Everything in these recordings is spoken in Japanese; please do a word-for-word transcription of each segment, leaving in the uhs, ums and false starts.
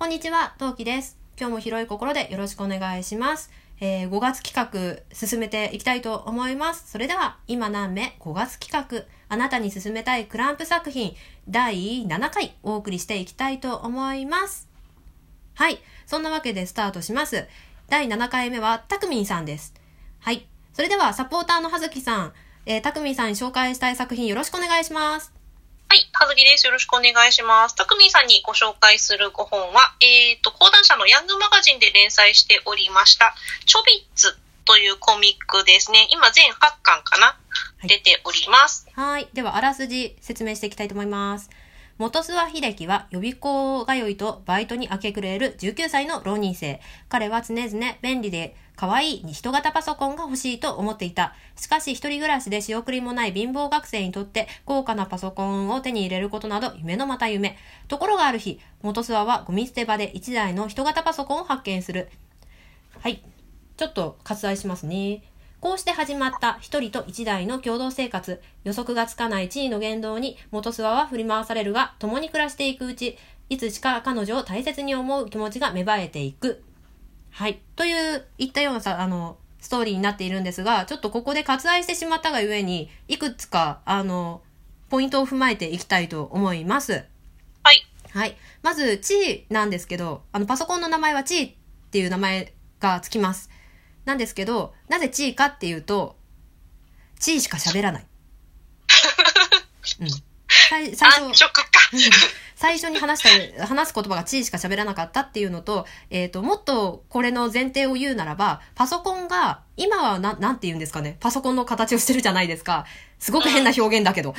こんにちは、トウキです。今日も広い心でよろしくお願いします。えー、ごがつ企画進めていきたいと思います。それでは今何目ごがつ企画、あなたに進めたいクランプ作品だいななかいお送りしていきたいと思います。はい、そんなわけでスタートします。だいななかいめはたくみんさんです。はい、それではサポーターのはずきさん、えー、たくみんさんに紹介したい作品よろしくお願いします。 はい、はずきです。よろしくお願いします。たくみんさんにご紹介するご本は、えっと、講談社のヤングマガジンで連載しておりました、チョビッツというコミックですね。今全はちかんかな、はい、出ております。 はい。では、あらすじ説明していきたいと思います。元諏訪秀樹は予備校通いとバイトに明け暮れるじゅうきゅうさいの浪人生。彼は常々便利で可愛い人型パソコンが欲しいと思っていた。しかし一人暮らしで仕送りもない貧乏学生にとって高価なパソコンを手に入れることなど夢のまた夢。ところがある日、元諏訪はゴミ捨て場で一台の人型パソコンを発見する。はい。ちょっと割愛しますね。こうして始まった一人と一台の共同生活。予測がつかない地位の言動に元諏訪は振り回されるが、共に暮らしていくうち、いつしか彼女を大切に思う気持ちが芽生えていく。はい。という、いったようなさ、あの、ストーリーになっているんですが、ちょっとここで割愛してしまったがゆえに、いくつか、あの、ポイントを踏まえていきたいと思います。 はい。 はい。まず、地位なんですけど、あの、パソコンの名前は地位っていう名前がつきます。なんですけど、なぜ地位かっていうと、地位しか喋らない。うん。最最初、 安直か。 最初に話した、話す言葉が地位しか喋らなかったっていうのと、えっと、もっとこれの前提を言うならば、パソコンが、今はな、なんて言うんですかね。パソコンの形をしてるじゃないですか。すごく変な表現だけど。 うん。うん、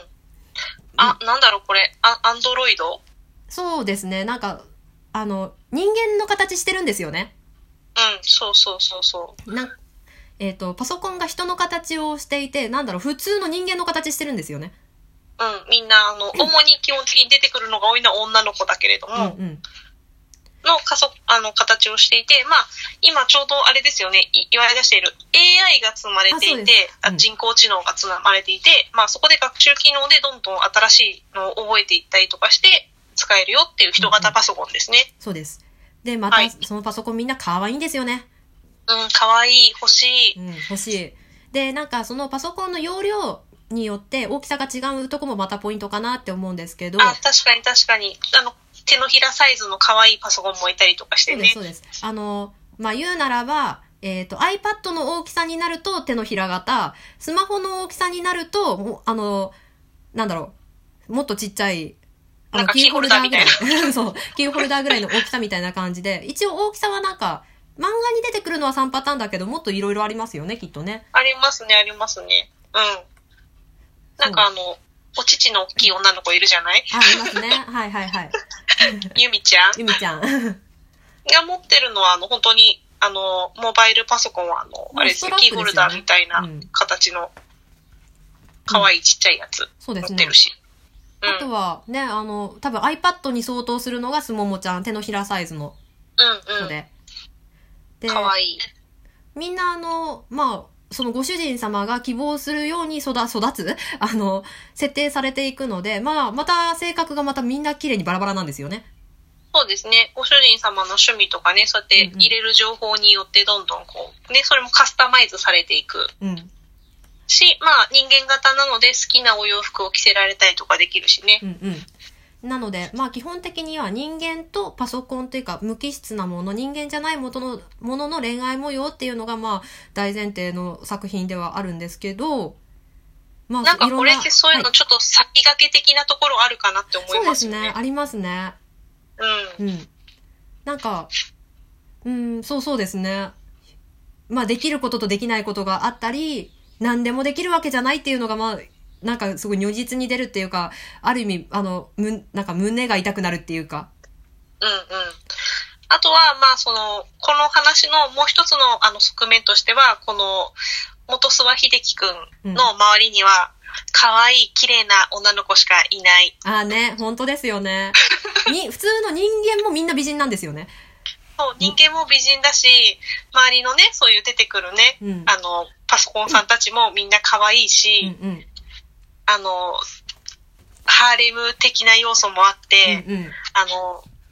あ、うん、なんだろうこれ。あ、アンドロイド？ そうですね。なんか、あの、人間の形してるんですよね。 うん、そうそうそうそう。 な、えっと、パソコンが人の形をしていて、なんだろう、普通の人間の形してるんですよね。 うん、みんな、あの、主に基本的に出てくるのが多いのは女の子だけれども、うんうん、のかそ、あの、形をしていて、まあ、今ちょうどあれですよね、い言われ出している エーアイ が積まれていて、うん、人工知能が積まれていて、まあ、そこで学習機能でどんどん新しいのを覚えていったりとかして使えるよっていう人型パソコンですね。 うんうん、そうです。で、また、はい、そのパソコンみんな可愛いんですよね。 うん、可愛い、欲しい。 うん、欲しい。で、なんかそのパソコンの容量によって大きさが違うとこもまたポイントかなって思うんですけど。 あ、確かに確かに。あの、手のひらサイズの可愛いパソコンもいたりとかしてね。 そうです、そうです。あの、まあ、言うならば、えっと、iPad の大きさになると手のひら型、スマホの大きさになると、あの、なんだろう、もっとちっちゃい、 あの、キーホルダーみたいな。 そう、キーホルダーぐらいの大きさみたいな感じで、一応大きさはなんか、漫画に出てくるのはさんパターンだけど、もっといろいろありますよね、きっとね。 ありますね、ありますね。うん。なんかあの、お乳の大きい女の子いるじゃない？ あ、いますね。はいはいはい。 ゆみちゃんゆみちゃん。 が持ってるのは、あの、本当に、あの、モバイルパソコンは、あの、あれですね、キーホルダーみたいな形の、可愛いちっちゃいやつ、持ってるし。 あとはね、あの、多分 iPad に相当するのがすももちゃん、手のひらサイズの子で。 うんうん。かわいい。 みんなあの、まあ、そのご主人様が希望するように育、育つあの、設定されていくので、まあ、また性格がまたみんな綺麗にバラバラなんですよね。 そうですね。ご主人様の趣味とかね、そうやって入れる情報によってどんどんこう、ね、それもカスタマイズされていく。うん。し、まあ人間型なので好きなお洋服を着せられたりとかできるしね。 うんうん。なので、まあ基本的には人間とパソコンというか無機質なもの、人間じゃないものの、ものの恋愛模様っていうのがまあ大前提の作品ではあるんですけど、 まあなんかこれってそういうのちょっと先駆け的なところあるかなって思いますね。 そうですね。ありますね。うん。うん。なんか、うん、そうそうですね。まあできることとできないことがあったり、何でもできるわけじゃないっていうのが、まあ、なんかすごい如実に出るっていうか、ある意味、あの、む、なんか胸が痛くなるっていうか。 うんうん。あとは、まあ、その、この話のもう一つのあの側面としては、この、元諏訪秀樹くんの周りには、可愛い綺麗な女の子しかいない。 ああね、本当ですよね。に、普通の人間もみんな美人なんですよね。 そう、人間も美人だし、周りのね、そういう出てくるね、うん、あの、パソコンさんたちもみんな可愛いし、うんうん、あの、ハーレム的な要素もあって、うんうん、あの、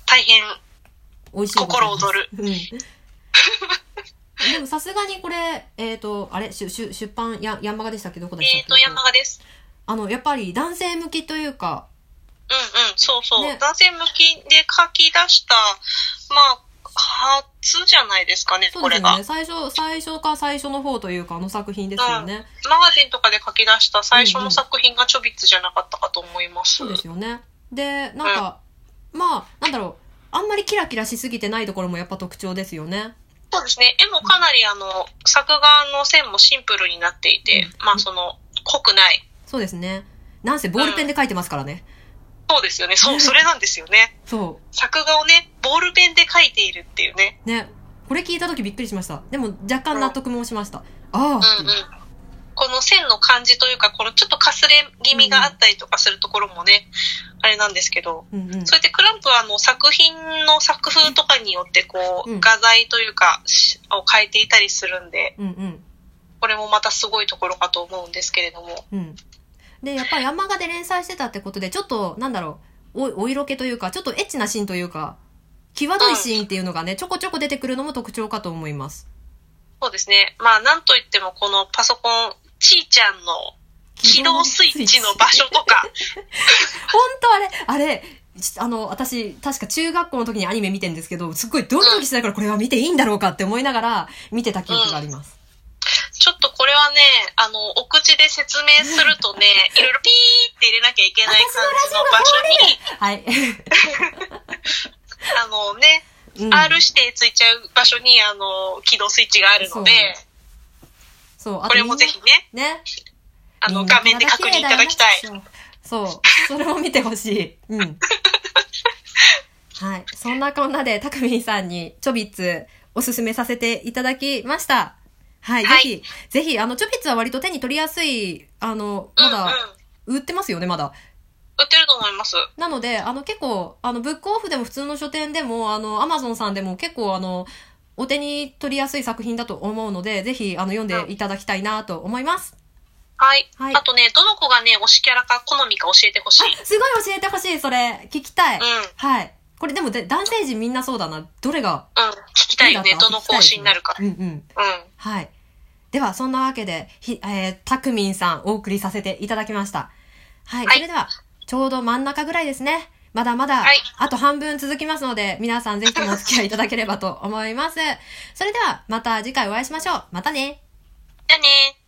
大変、 美味しい。 心躍る。 うん。でもさすがにこれ、えっと、あれ、出出版、や、ヤンマガでしたっけ、どこでしたっけ。 えっと、ヤンマガです。 あの、やっぱり男性向きというか。 うんうん、そうそう。 ね、 男性向きで書き出した、まあ、初じゃないですかね、これが。 そうですよね。最初、最初か最初の方というか、あの作品ですよね。 うん、マガジンとかで書き出した最初の作品がチョビッツじゃなかったかと思います。 うんうん、そうですよね。で、なんか、うん、まあ、なんだろう。あんまりキラキラしすぎてないところもやっぱ特徴ですよね。 そうですね。絵もかなりあの、作画の線もシンプルになっていて、うん、まあその、濃くない。 そうですね。なんせボールペンで書いてますからね。 うん、そうですよね。そう、それなんですよね。 そう。 作画をね、ボールペンで書いているっていうね。 ね。これ聞いたときびっくりしました。でも若干納得もしました。うん、ああ。 うんうん。この線の感じというか、このちょっとかすれ気味があったりとかするところもね、うん、あれなんですけど、うんうん、そうやってクランプはあの作品の作風とかによってこう、うん、画材というかを変えていたりするんで、うんうん、これもまたすごいところかと思うんですけれども。 うん、で、やっぱりヤンマガで連載してたってことで、ちょっとなんだろう、お、お色気というか、ちょっとエッチなシーンというか、際どいシーンっていうのがね、うん、ちょこちょこ出てくるのも特徴かと思います。 そうですね。まあなんといってもこのパソコン、ちーちゃんの起動スイッチの場所とか。 本当あれ、あれ、あの、私、確か中学校の時にアニメ見てるんですけど、すっごいドキドキしてたからこれは見ていいんだろうかって思いながら見てた記憶があります。 うん、ちょっとこれはね、あの、お口で説明するとね、いろいろピーって入れなきゃいけない感じの場所に、あのね、うん、R 指定ついちゃう場所に、あの、起動スイッチがあるので、 そう、 これもぜひね、 ね、 あの、画面で確認いただきたい。 そう、それを見てほしい。うん。はい。そんなこんなで、たくみんさんにチョビッツおすすめさせていただきました。はい。はい、ぜひ、ぜひ、あの、チョビッツは割と手に取りやすい、あの、まだ、うんうん、売ってますよね、まだ。 売ってると思います。 なので、あの、結構、あの、ブックオフでも普通の書店でも、あの、アマゾンさんでも結構、あの、お手に取りやすい作品だと思うので、ぜひ、あの、読んでいただきたいなと思います。 はい。はい。あとね、どの子がね、推しキャラか好みか教えてほしい。 すごい教えてほしい、それ。聞きたい。 うん。 はい。これでもで、男性陣みんなそうだな。どれが。 うん。聞きたいよね。どの子推しになるか。 うんうん。うん。はい。では、そんなわけで、ひ、えー、たくみんさんお送りさせていただきました。はい。はい、それでは、ちょうど真ん中ぐらいですね。まだまだ、はい、あと半分続きますので、皆さんぜひともお付き合いいただければと思います。それでは、また次回お会いしましょう。またね。 じゃあね。